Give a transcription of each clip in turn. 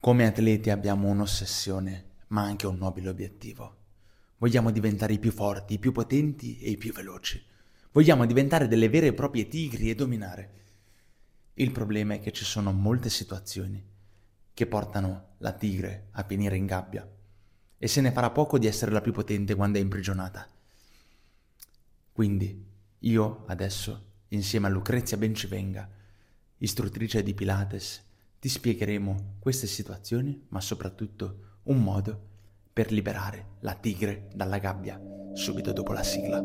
Come atleti abbiamo un'ossessione, ma anche un nobile obiettivo. Vogliamo diventare i più forti, i più potenti e i più veloci. Vogliamo diventare delle vere e proprie tigri e dominare. Il problema è che ci sono molte situazioni che portano la tigre a finire in gabbia e se ne farà poco di essere la più potente quando è imprigionata. Quindi io adesso, insieme a Lucrezia Bencivenga, istruttrice di Pilates, ti spiegheremo queste situazioni, ma soprattutto un modo per liberare la tigre dalla gabbia, subito dopo la sigla.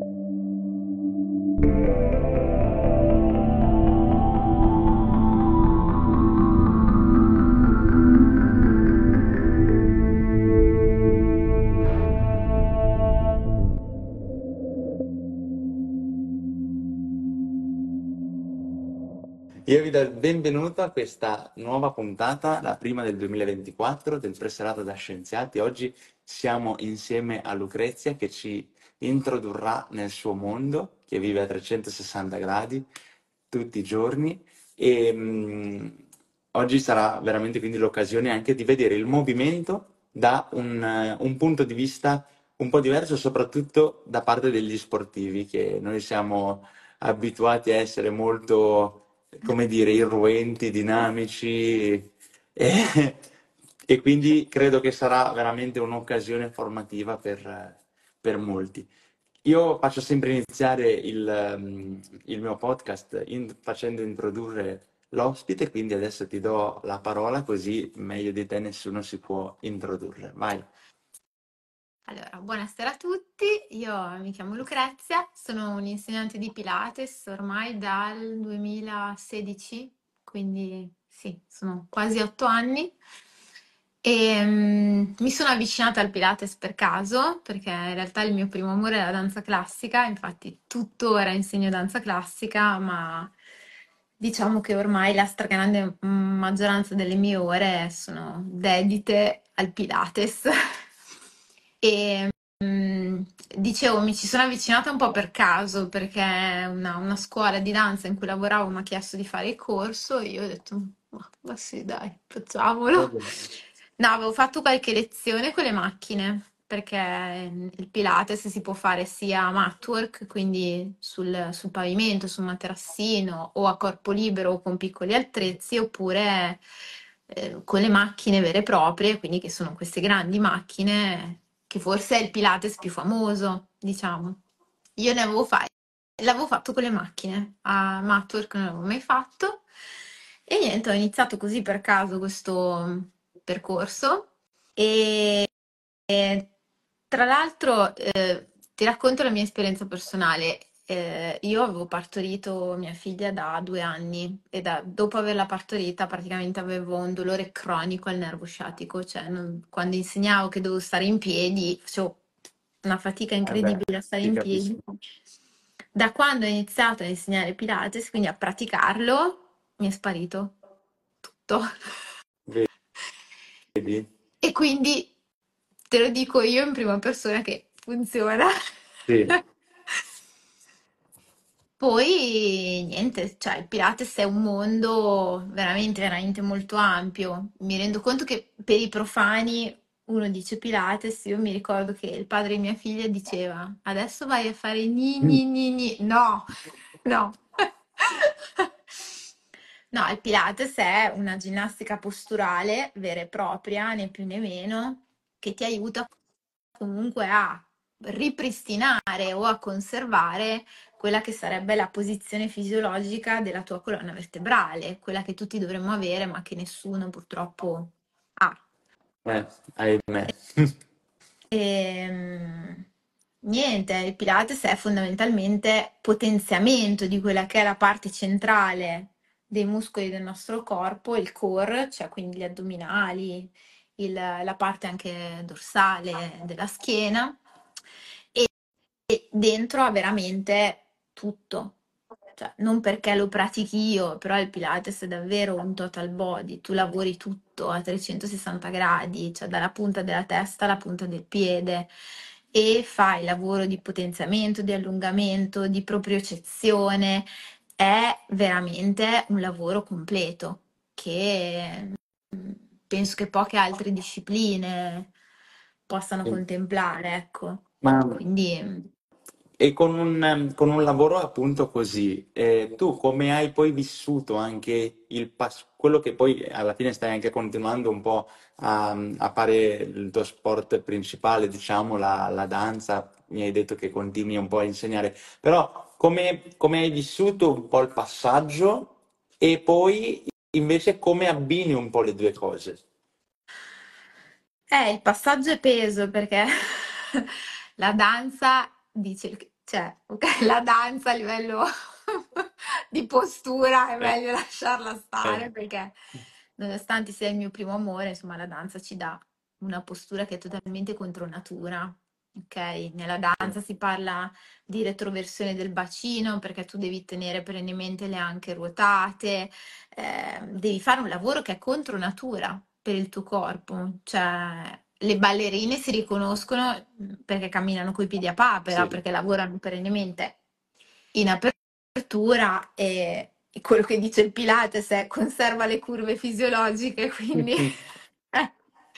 Io vi do il benvenuto a questa nuova puntata, la prima del 2024 del Presserato da Scienziati. Oggi siamo insieme a Lucrezia che ci introdurrà nel suo mondo, che vive a 360 gradi tutti i giorni e oggi sarà veramente quindi l'occasione anche di vedere il movimento da un punto di vista un po' diverso, soprattutto da parte degli sportivi, che noi siamo abituati a essere molto, come dire, irruenti, dinamici e quindi credo che sarà veramente un'occasione formativa per molti. Io faccio sempre iniziare il mio podcast facendo introdurre l'ospite, quindi adesso ti do la parola così meglio di te nessuno si può introdurre. Vai. Allora, buonasera a tutti, io mi chiamo Lucrezia, sono un'insegnante di Pilates ormai dal 2016, quindi sì, sono quasi 8 anni e mi sono avvicinata al Pilates per caso, perché in realtà il mio primo amore è la danza classica, infatti tuttora insegno danza classica, ma diciamo che ormai la stragrande maggioranza delle mie ore sono dedite al Pilates. E dicevo, mi ci sono avvicinata un po' per caso perché una scuola di danza in cui lavoravo mi ha chiesto di fare il corso e io ho detto, ma sì, dai, Va facciamolo. bene. No, avevo fatto qualche lezione con le macchine perché il Pilates si può fare sia mat work, quindi sul pavimento, sul materassino o a corpo libero o con piccoli attrezzi, oppure con le macchine vere e proprie, quindi che sono queste grandi macchine che forse è il Pilates più famoso, diciamo. Io l'avevo fatto con le macchine, a Matwork non l'avevo mai fatto e niente, ho iniziato così per caso questo percorso e tra l'altro ti racconto la mia esperienza personale. Io avevo partorito mia figlia da 2 anni e dopo averla partorita praticamente avevo un dolore cronico al nervo sciatico, cioè quando insegnavo che dovevo stare in piedi facevo una fatica Vabbè, incredibile a stare ti in capisco. piedi. Da quando ho iniziato a insegnare Pilates, quindi a praticarlo, mi è sparito tutto. Vedi? E quindi te lo dico io in prima persona che funziona. Sì. Poi niente, cioè il Pilates è un mondo veramente, veramente molto ampio. Mi rendo conto che per i profani uno dice Pilates, io mi ricordo che il padre di mia figlia diceva adesso vai a fare gni Mm. gni gni gni. No, no. No, il Pilates è una ginnastica posturale vera e propria, né più né meno, che ti aiuta comunque a ripristinare o a conservare quella che sarebbe la posizione fisiologica della tua colonna vertebrale, quella che tutti dovremmo avere, ma che nessuno purtroppo ha. Ahimè. Ehm, Niente, il Pilates è fondamentalmente potenziamento di quella che è la parte centrale dei muscoli del nostro corpo, il core, cioè quindi gli addominali, la parte anche dorsale della schiena, e dentro ha veramente tutto. Cioè, non perché lo pratichi io, però il Pilates è davvero un total body, tu lavori tutto a 360 gradi, cioè dalla punta della testa alla punta del piede e fai lavoro di potenziamento, di allungamento, di propriocezione, è veramente un lavoro completo che penso che poche altre discipline possano Sì. contemplare, ecco. Ma Quindi e con un lavoro appunto così, tu come hai poi vissuto anche quello che poi alla fine stai anche continuando un po' a fare il tuo sport principale, diciamo, la danza, mi hai detto che continui un po' a insegnare, però come hai vissuto un po' il passaggio e poi invece come abbini un po' le due cose? il passaggio è peso perché la danza dice, cioè, ok, la danza a livello di postura è Eh, meglio lasciarla eh, stare perché nonostante sia il mio primo amore, insomma, la danza ci dà una postura che è totalmente contro natura. Ok, nella sì, danza si parla di retroversione del bacino perché tu devi tenere perennemente le anche ruotate, devi fare un lavoro che è contro natura per il tuo corpo. Cioè, le ballerine si riconoscono perché camminano coi piedi a papera, sì. perché lavorano perennemente in apertura e quello che dice il Pilates è conserva le curve fisiologiche, quindi eh,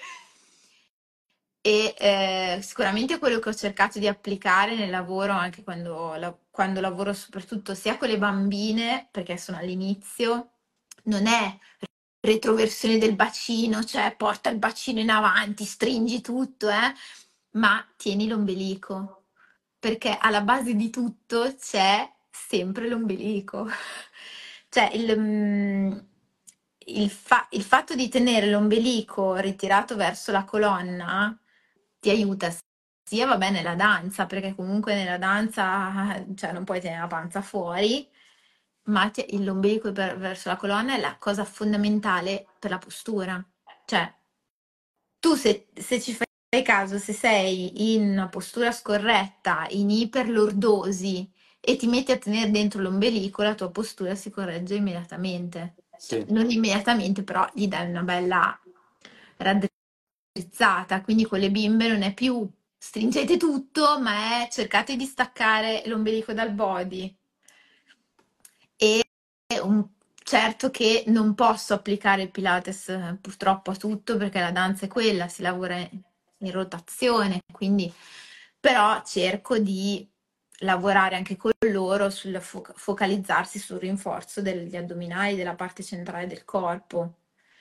e sicuramente quello che ho cercato di applicare nel lavoro, anche quando lavoro soprattutto sia con le bambine, perché sono all'inizio, non è retroversione del bacino, cioè porta il bacino in avanti, stringi tutto, ma tieni l'ombelico, perché alla base di tutto c'è sempre l'ombelico. Cioè il fatto di tenere l'ombelico ritirato verso la colonna ti aiuta sia, vabbè, nella danza, perché comunque nella danza, cioè, non puoi tenere la panza fuori, ma l'ombelico verso la colonna è la cosa fondamentale per la postura. Cioè, tu se ci fai caso, se sei in una postura scorretta, in iperlordosi e ti metti a tenere dentro l'ombelico, la tua postura si corregge immediatamente. Cioè, Sì. non immediatamente, però gli dai una bella raddrizzata. Quindi con le bimbe non è più stringete tutto, ma è cercate di staccare l'ombelico dal body. E un- certo che non posso applicare il Pilates purtroppo a tutto perché la danza è quella, si lavora in rotazione, quindi però cerco di lavorare anche con loro sul focalizzarsi sul rinforzo degli addominali, della parte centrale del corpo.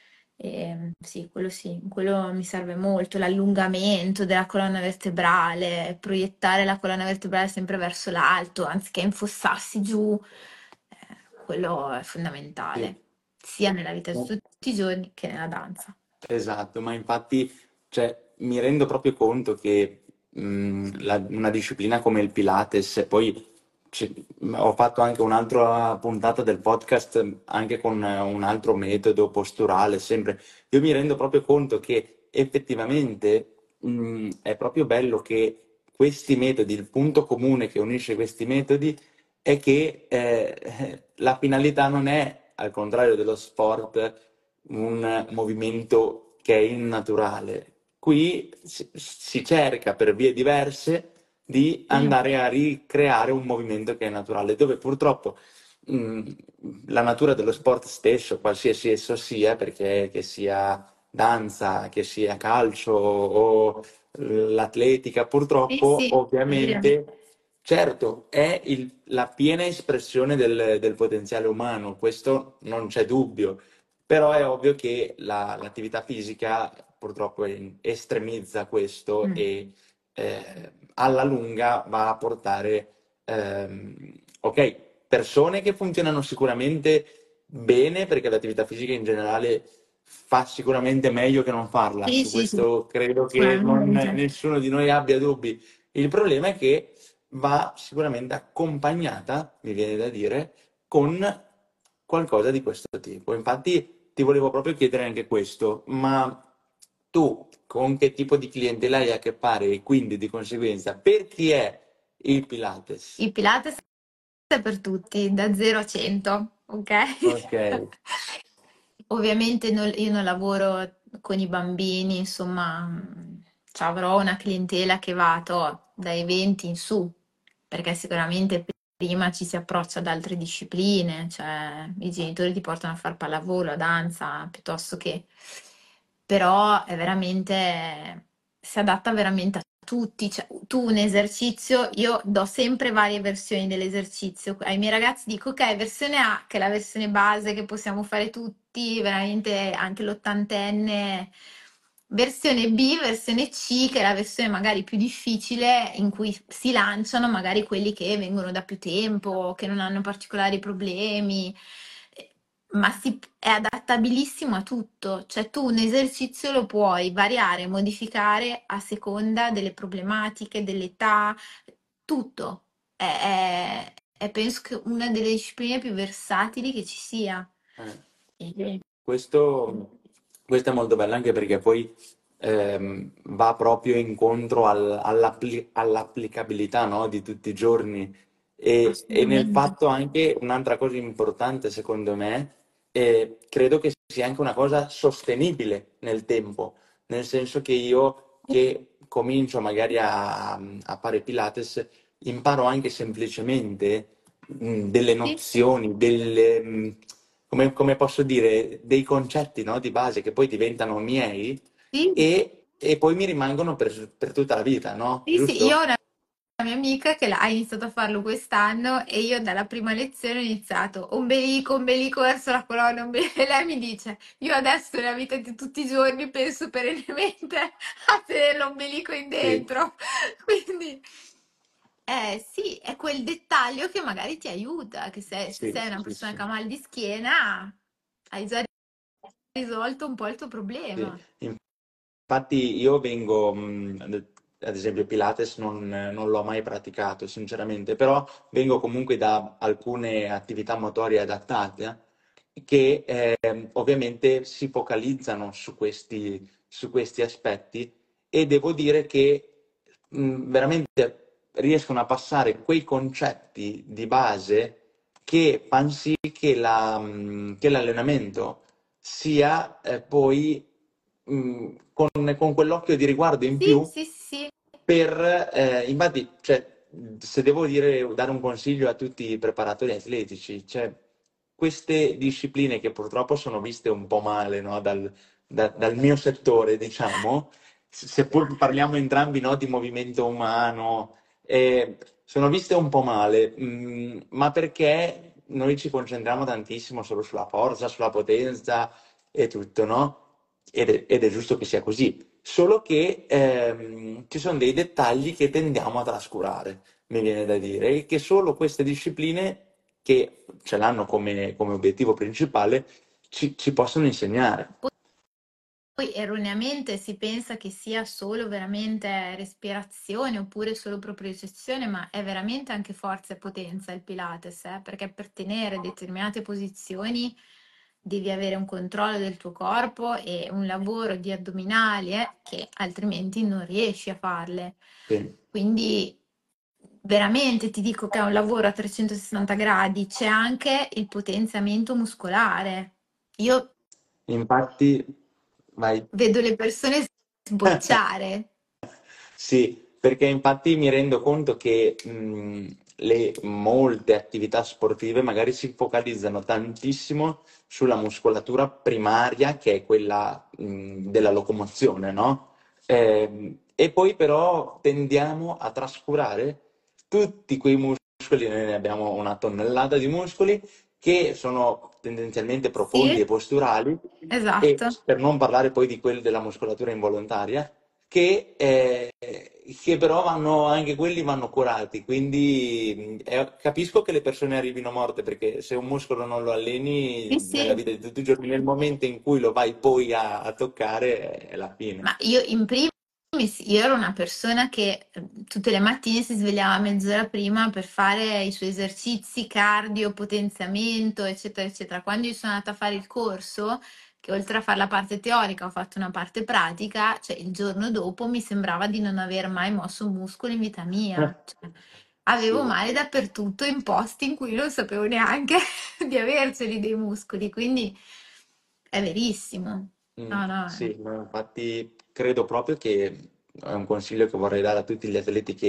Sì, quello mi serve molto, l'allungamento della colonna vertebrale, proiettare la colonna vertebrale sempre verso l'alto, anziché infossarsi giù, quello è Sì. fondamentale, sia nella vita di tutti i giorni che nella danza. Esatto, ma infatti, cioè, mi rendo proprio conto che una disciplina come il Pilates, poi ho fatto anche un'altra puntata del podcast anche con un altro metodo posturale, sempre. Io mi rendo proprio conto che effettivamente è proprio bello che questi metodi, il punto comune che unisce questi metodi è che la finalità non è, al contrario dello sport, un movimento che è innaturale. Qui si cerca per vie diverse di Sì, andare a ricreare un movimento che è naturale, dove purtroppo mh, la natura dello sport stesso, qualsiasi esso sia, perché che sia danza, che sia calcio o l'atletica, sì, purtroppo sì, è vero. ovviamente, certo, è la piena espressione del potenziale umano, questo non c'è dubbio, però è ovvio che l'attività fisica purtroppo estremizza questo Mm. e alla lunga va a portare, ok, persone che funzionano sicuramente bene perché l'attività fisica in generale fa sicuramente meglio che non farla, Sì, su sì, sì, questo credo che sicuramente. nessuno di noi abbia dubbi. Il problema è che va sicuramente accompagnata, mi viene da dire, con qualcosa di questo tipo. Infatti ti volevo proprio chiedere anche questo, ma tu con che tipo di clientela hai a che fare e quindi di conseguenza per chi è il Pilates? Il Pilates è per tutti, da 0 a 100, ok? Ok, Ovviamente io non lavoro con i bambini, insomma, cioè avrò una clientela che va dai 20 in su, perché sicuramente prima ci si approccia ad altre discipline, cioè i genitori ti portano a fare pallavolo, a danza, piuttosto che... però è veramente, si adatta veramente a tutti. Cioè, tu un esercizio, io do sempre varie versioni dell'esercizio. Ai miei ragazzi dico, ok, versione A, che è la versione base che possiamo fare tutti, veramente anche l'ottantenne. Versione B, versione C, che è la versione magari più difficile in cui si lanciano magari quelli che vengono da più tempo, che non hanno particolari problemi, ma è adattabilissimo a tutto, cioè tu un esercizio lo puoi variare, modificare a seconda delle problematiche, dell'età, tutto. Penso che una delle discipline più versatili che ci sia. Eh. E- Questo è molto bello anche perché poi va proprio incontro all'applicabilità, no, di tutti i giorni e nel Assolutamente. fatto anche un'altra cosa importante secondo me, credo che sia anche una cosa sostenibile nel tempo, nel senso che io che comincio magari a fare Pilates imparo anche semplicemente delle Sì, nozioni, come posso dire, dei concetti, no, di base che poi diventano miei sì, e poi mi rimangono per tutta la vita, no? sì, sì, io ho Giusto? una mia amica che ha iniziato a farlo quest'anno e io dalla prima lezione ho iniziato ombelico, ombelico verso la colonna, ombelico, e lei mi dice, io adesso nella vita di tutti i giorni penso perennemente a tenere l'ombelico in Sì, dentro, quindi sì, è quel dettaglio che magari ti aiuta, che se sì, sei una sì, persona sì. che ha mal di schiena, hai già risolto un po' il tuo Sì. problema. Infatti io vengo, ad esempio Pilates non l'ho mai praticato sinceramente, però vengo comunque da alcune attività motorie adattate che ovviamente si focalizzano su questi aspetti e devo dire che veramente riescono a passare quei concetti di base che fanno sì che che l'allenamento sia poi con quell'occhio di riguardo in Sì, più sì, sì, infatti, cioè, se devo dare un consiglio a tutti i preparatori atletici, cioè, queste discipline che purtroppo sono viste un po' male, no, dal mio settore, diciamo, seppur parliamo entrambi, no, di movimento umano, sono viste un po' male, ma perché noi ci concentriamo tantissimo solo sulla forza, sulla potenza e tutto, no? Ed è giusto che sia così. Solo che ci sono dei dettagli che tendiamo a trascurare, mi viene da dire, e che solo queste discipline che ce l'hanno come obiettivo principale ci possono insegnare. poi erroneamente si pensa che sia solo veramente respirazione oppure solo propriocezione, ma è veramente anche forza e potenza il Pilates, perché per tenere determinate posizioni devi avere un controllo del tuo corpo e un lavoro di addominali, che altrimenti non riesci a farle. Sì. Quindi veramente ti dico che è un lavoro a 360 gradi, c'è anche il potenziamento muscolare. Io Infatti, vai. vedo le persone sbocciare. Sì, perché infatti mi rendo conto che molte attività sportive magari si focalizzano tantissimo sulla muscolatura primaria, che è quella della locomozione, no? E poi però tendiamo a trascurare tutti quei muscoli, noi ne abbiamo una tonnellata di muscoli, che sono tendenzialmente profondi Sì, e posturali, e esatto. per non parlare poi di quelli della muscolatura involontaria che però anche quelli vanno curati, quindi capisco che le persone arrivino morte perché se un muscolo non lo Sì, alleni nella sì. vita di tutti i giorni, nel momento in cui lo vai poi a toccare è la fine. Ma io in primis, io ero una persona che tutte le mattine si svegliava mezz'ora prima per fare i suoi esercizi, cardio, potenziamento, eccetera, eccetera. Quando io sono andata a fare il corso, che oltre a fare la parte teorica ho fatto una parte pratica, cioè il giorno dopo mi sembrava di non aver mai mosso un muscolo in vita mia. Cioè, avevo Sì. male dappertutto in posti in cui non sapevo neanche di averceli dei muscoli, quindi è verissimo. No, no. Sì, no, infatti credo proprio che è un consiglio che vorrei dare a tutti gli atleti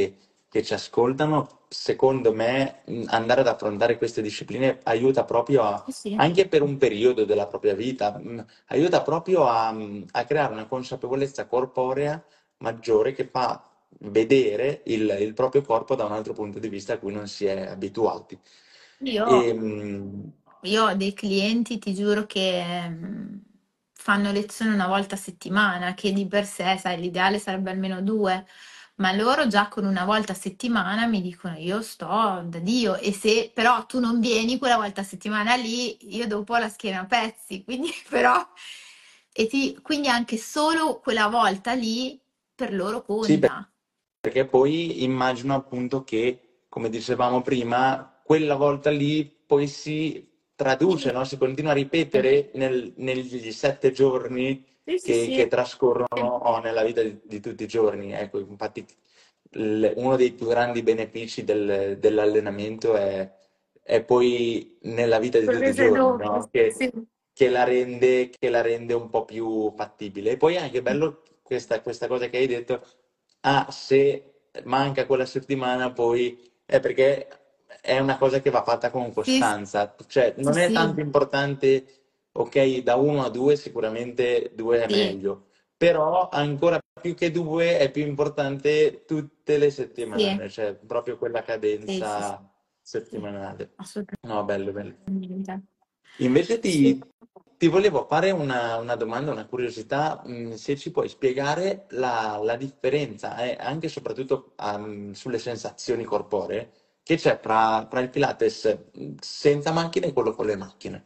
che ci ascoltano, secondo me andare ad affrontare queste discipline aiuta proprio Sì, sì. anche per un periodo della propria vita, aiuta proprio a creare una consapevolezza corporea maggiore che fa vedere il proprio corpo da un altro punto di vista a cui non si è abituati. Io E, Io ho dei clienti, ti giuro, che fanno lezione una volta a settimana, che di per sé, sai, l'ideale sarebbe almeno due, ma loro già con una volta a settimana mi dicono io sto da Dio e se però tu non vieni quella volta a settimana lì, io dopo ho la schiena a pezzi, quindi però, quindi anche solo quella volta lì per loro sì, conta. perché poi immagino appunto che, come dicevamo prima, quella volta lì poi si traduce, Sì, no? Si continua a ripetere negli 7 giorni sì, sì, che sì. trascorrono nella vita di tutti i giorni. Ecco, infatti uno dei più grandi benefici dell'allenamento è poi nella vita di Quello tutti che i sei giorni, dopo, no? sì. Che la rende un po' più fattibile. E poi è anche bello questa cosa che hai detto, ah, se manca quella settimana, poi è perché è una cosa che va fatta con Sì, costanza. Cioè, sì, non è sì, tanto importante, ok, da 1 a 2 sicuramente 2 è sì, meglio, però ancora più che 2 è più importante tutte le sì, settimane, cioè proprio quella sì, sì, cadenza sì, settimanale. No, bello, bello. assolutamente. Invece Sì. ti volevo fare una domanda, una curiosità, se ci puoi spiegare la differenza, anche e soprattutto sulle sensazioni corporee, che c'è tra il Pilates senza macchine e quello con le macchine.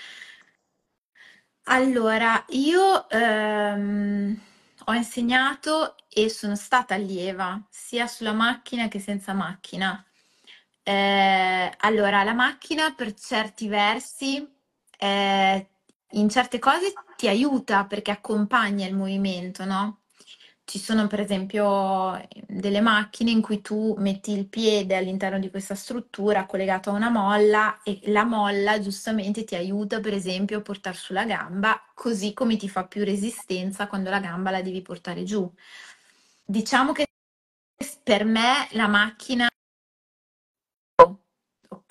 Allora, io ho insegnato e sono stata allieva sia sulla macchina che senza macchina. Allora, la macchina per certi versi, in certe cose ti aiuta perché accompagna il movimento, no? Ci sono per esempio delle macchine in cui tu metti il piede all'interno di questa struttura collegato a una molla e la molla giustamente ti aiuta per esempio a portare sulla gamba, così come ti fa più resistenza quando la gamba la devi portare giù. Diciamo che per me la macchina, ok,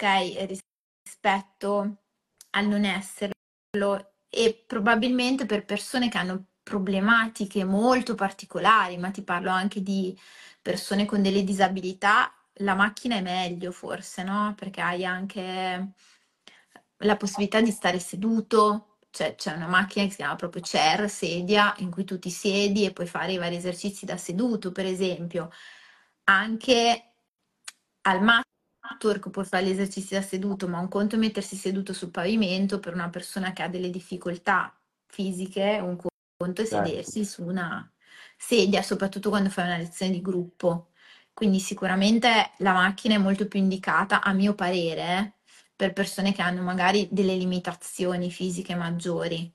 rispetto al non esserlo e probabilmente per persone che hanno problematiche molto particolari, ma ti parlo anche di persone con delle disabilità, la macchina è meglio forse, no? Perché hai anche la possibilità di stare seduto, cioè c'è una macchina che si chiama proprio chair, sedia, in cui tu ti siedi e puoi fare i vari esercizi da seduto, per esempio. Anche al matwork puoi fare gli esercizi da seduto, ma un conto è mettersi seduto sul pavimento per una persona che ha delle difficoltà fisiche, un conto è Certo. sedersi su una sedia, soprattutto quando fai una lezione di gruppo. Quindi sicuramente la macchina è molto più indicata, a mio parere, per persone che hanno magari delle limitazioni fisiche maggiori.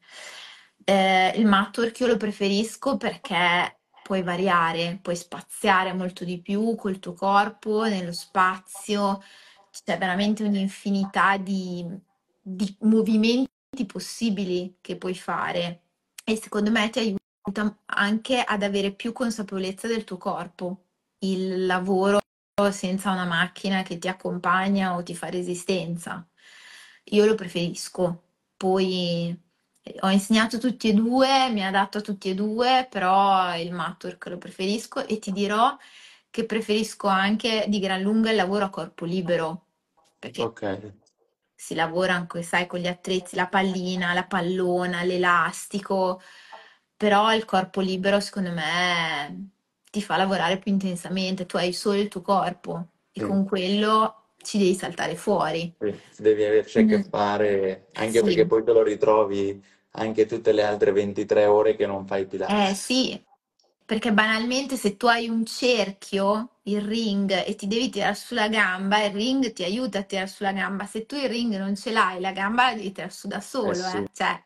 Il matwork io lo preferisco perché puoi variare, puoi spaziare molto di più col tuo corpo, nello spazio, c'è veramente un'infinità di movimenti possibili che puoi fare e secondo me ti aiuta anche ad avere più consapevolezza del tuo corpo. Il lavoro senza una macchina che ti accompagna o ti fa resistenza. Io lo preferisco. Poi ho insegnato tutti e due, mi adatto a tutti e due, però il matwork lo preferisco e ti dirò che preferisco anche di gran lunga il lavoro a corpo libero, perché Ok. si lavora anche, sai, con gli attrezzi, la pallina, la pallona, l'elastico, però il corpo libero secondo me ti fa lavorare più intensamente, tu hai solo il tuo corpo e Sì. con quello ci devi saltare fuori. Sì, devi averci a che Mm, fare, anche perché sì. poi te lo ritrovi anche tutte le altre 23 ore che non fai Pilates. Sì, perché banalmente se tu hai un cerchio, il ring, e ti devi tirare sulla gamba, il ring ti aiuta a tirare sulla gamba. Se tu il ring non ce l'hai, la gamba la devi tirare su da Eh solo, sì. Cioè,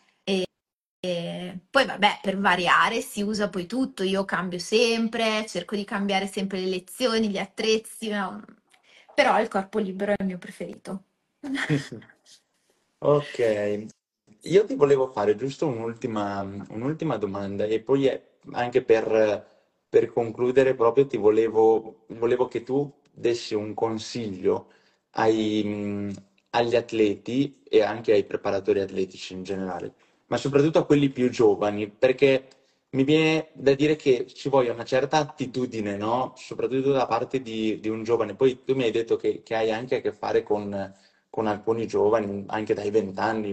poi vabbè, per variare si usa poi tutto. Io cambio sempre, cerco di cambiare sempre le lezioni, gli attrezzi, no? Però il corpo libero è il mio preferito. Ok, io ti volevo fare giusto un'ultima domanda e poi è anche per concludere proprio volevo che tu dessi un consiglio agli atleti e anche ai preparatori atletici in generale, ma soprattutto a quelli più giovani, perché mi viene da dire che ci voglia una certa attitudine, no? Soprattutto da parte di un giovane. Poi tu mi hai detto che hai anche a che fare con alcuni giovani, anche dai 20 anni.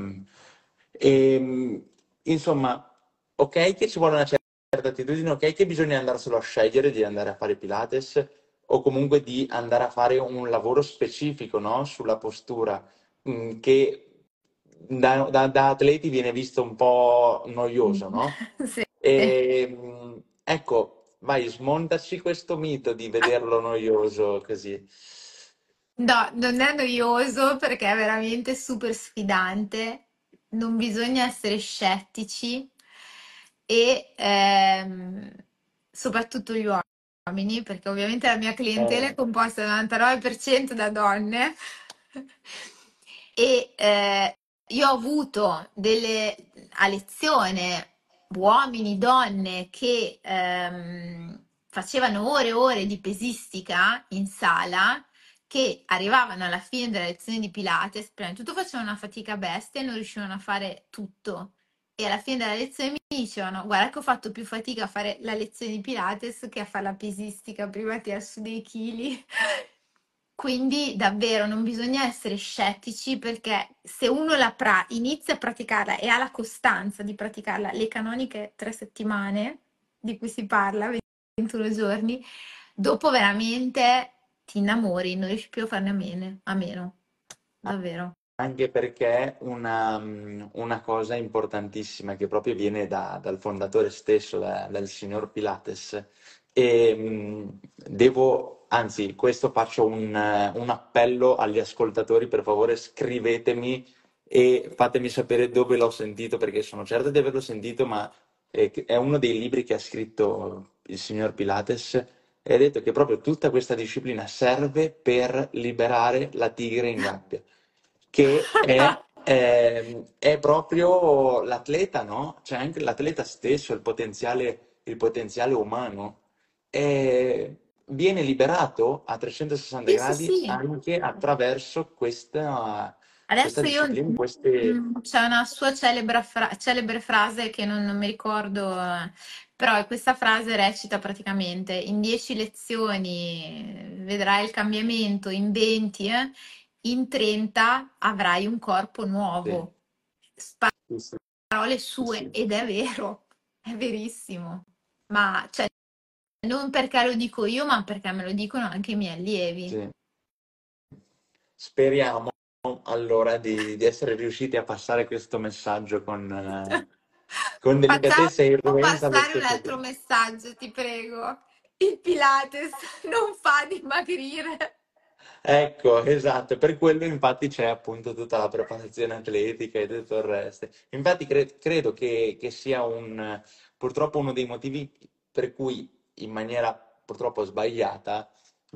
E, insomma, ok che ci vuole una certa attitudine, ok che bisogna andarselo a scegliere di andare a fare Pilates o comunque di andare a fare un lavoro specifico, no? Sulla postura, che da atleti viene visto un po' noioso, no? Sì. Ecco, vai, smontaci questo mito di vederlo noioso così. No, non è noioso perché è veramente super sfidante, non bisogna essere scettici e soprattutto gli uomini, perché ovviamente la mia clientela è Eh, composta al 99% da donne e io ho avuto delle a lezione uomini, donne che facevano ore e ore di pesistica in sala che arrivavano alla fine della lezione di Pilates, prima di tutto facevano una fatica bestia e non riuscivano a fare tutto. E alla fine della lezione mi dicevano: Guarda, che ho fatto più fatica a fare la lezione di Pilates che a fare la pesistica prima di tirare su dei chili. Quindi davvero non bisogna essere scettici perché se uno inizia a praticarla e ha la costanza di praticarla, le canoniche 3 settimane di cui si parla, 21 giorni, dopo veramente ti innamori, non riesci più a farne a meno, davvero. Anche perché una cosa importantissima che proprio viene dal fondatore stesso, dal signor Pilates, e anzi, questo faccio un appello agli ascoltatori, per favore scrivetemi e fatemi sapere dove l'ho sentito, perché sono certo di averlo sentito, ma è uno dei libri che ha scritto il signor Pilates e ha detto che proprio tutta questa disciplina serve per liberare la tigre in gabbia, che è proprio l'atleta, no? Cioè anche l'atleta stesso, il potenziale umano, viene liberato a 360 Sì, sì, gradi sì. anche attraverso questa Adesso io disciplina, queste... c'è una sua celebre frase che non mi ricordo, però questa frase recita praticamente: in 10 lezioni vedrai il cambiamento, in 20, in 30 avrai un corpo Sì, nuovo. sì, sì, Parole sì, sue, sì, ed è vero, è verissimo. Ma cioè, non perché lo dico io, ma perché me lo dicono anche i miei allievi. sì. Speriamo allora di essere riusciti a passare questo messaggio con Facciamo delicatezza e irruenza allo passare un stesso altro tempo. messaggio, ti prego. Il Pilates non fa dimagrire. Ecco, esatto, per quello infatti c'è appunto tutta la preparazione atletica e tutto il resto. Infatti credo che sia purtroppo uno dei motivi per cui in maniera purtroppo sbagliata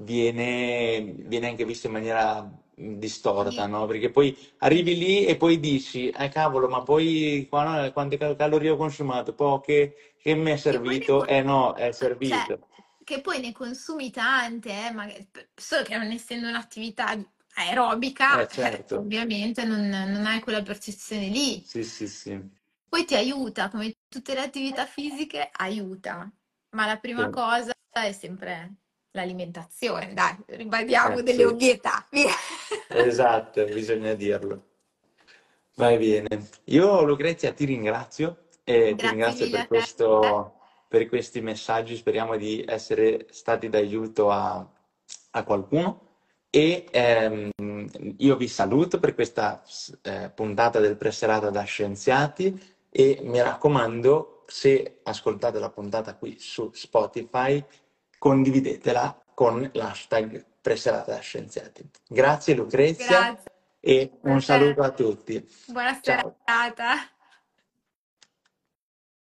viene anche visto in maniera distorta, Sì. no? Perché poi arrivi lì e poi dici, cavolo, ma poi quante calorie ho consumato? Poche, che mi è Che poi servito? Eh no, è cioè, servito. che poi ne consumi tante, solo che non essendo un'attività aerobica, Certo, ovviamente non hai quella percezione lì. sì, sì, sì. Poi ti aiuta, come tutte le attività fisiche, aiuta. Ma la Sì. prima cosa è sempre l'alimentazione, dai, ribadiamo delle Sì, ovvietà. Via. esatto, bisogna dirlo. Va bene. Io, Lucrezia, ti ringrazio e ti Grazie ringrazio mille per a te. per questi messaggi. Speriamo di essere stati d'aiuto a qualcuno. E io vi saluto per questa puntata del Presserata da Scienziati e mi raccomando, se ascoltate la puntata qui su Spotify, condividetela con l'hashtag Presserata da Scienziati. Grazie Lucrezia Grazie e a un te. saluto a tutti. Buona Ciao. serata.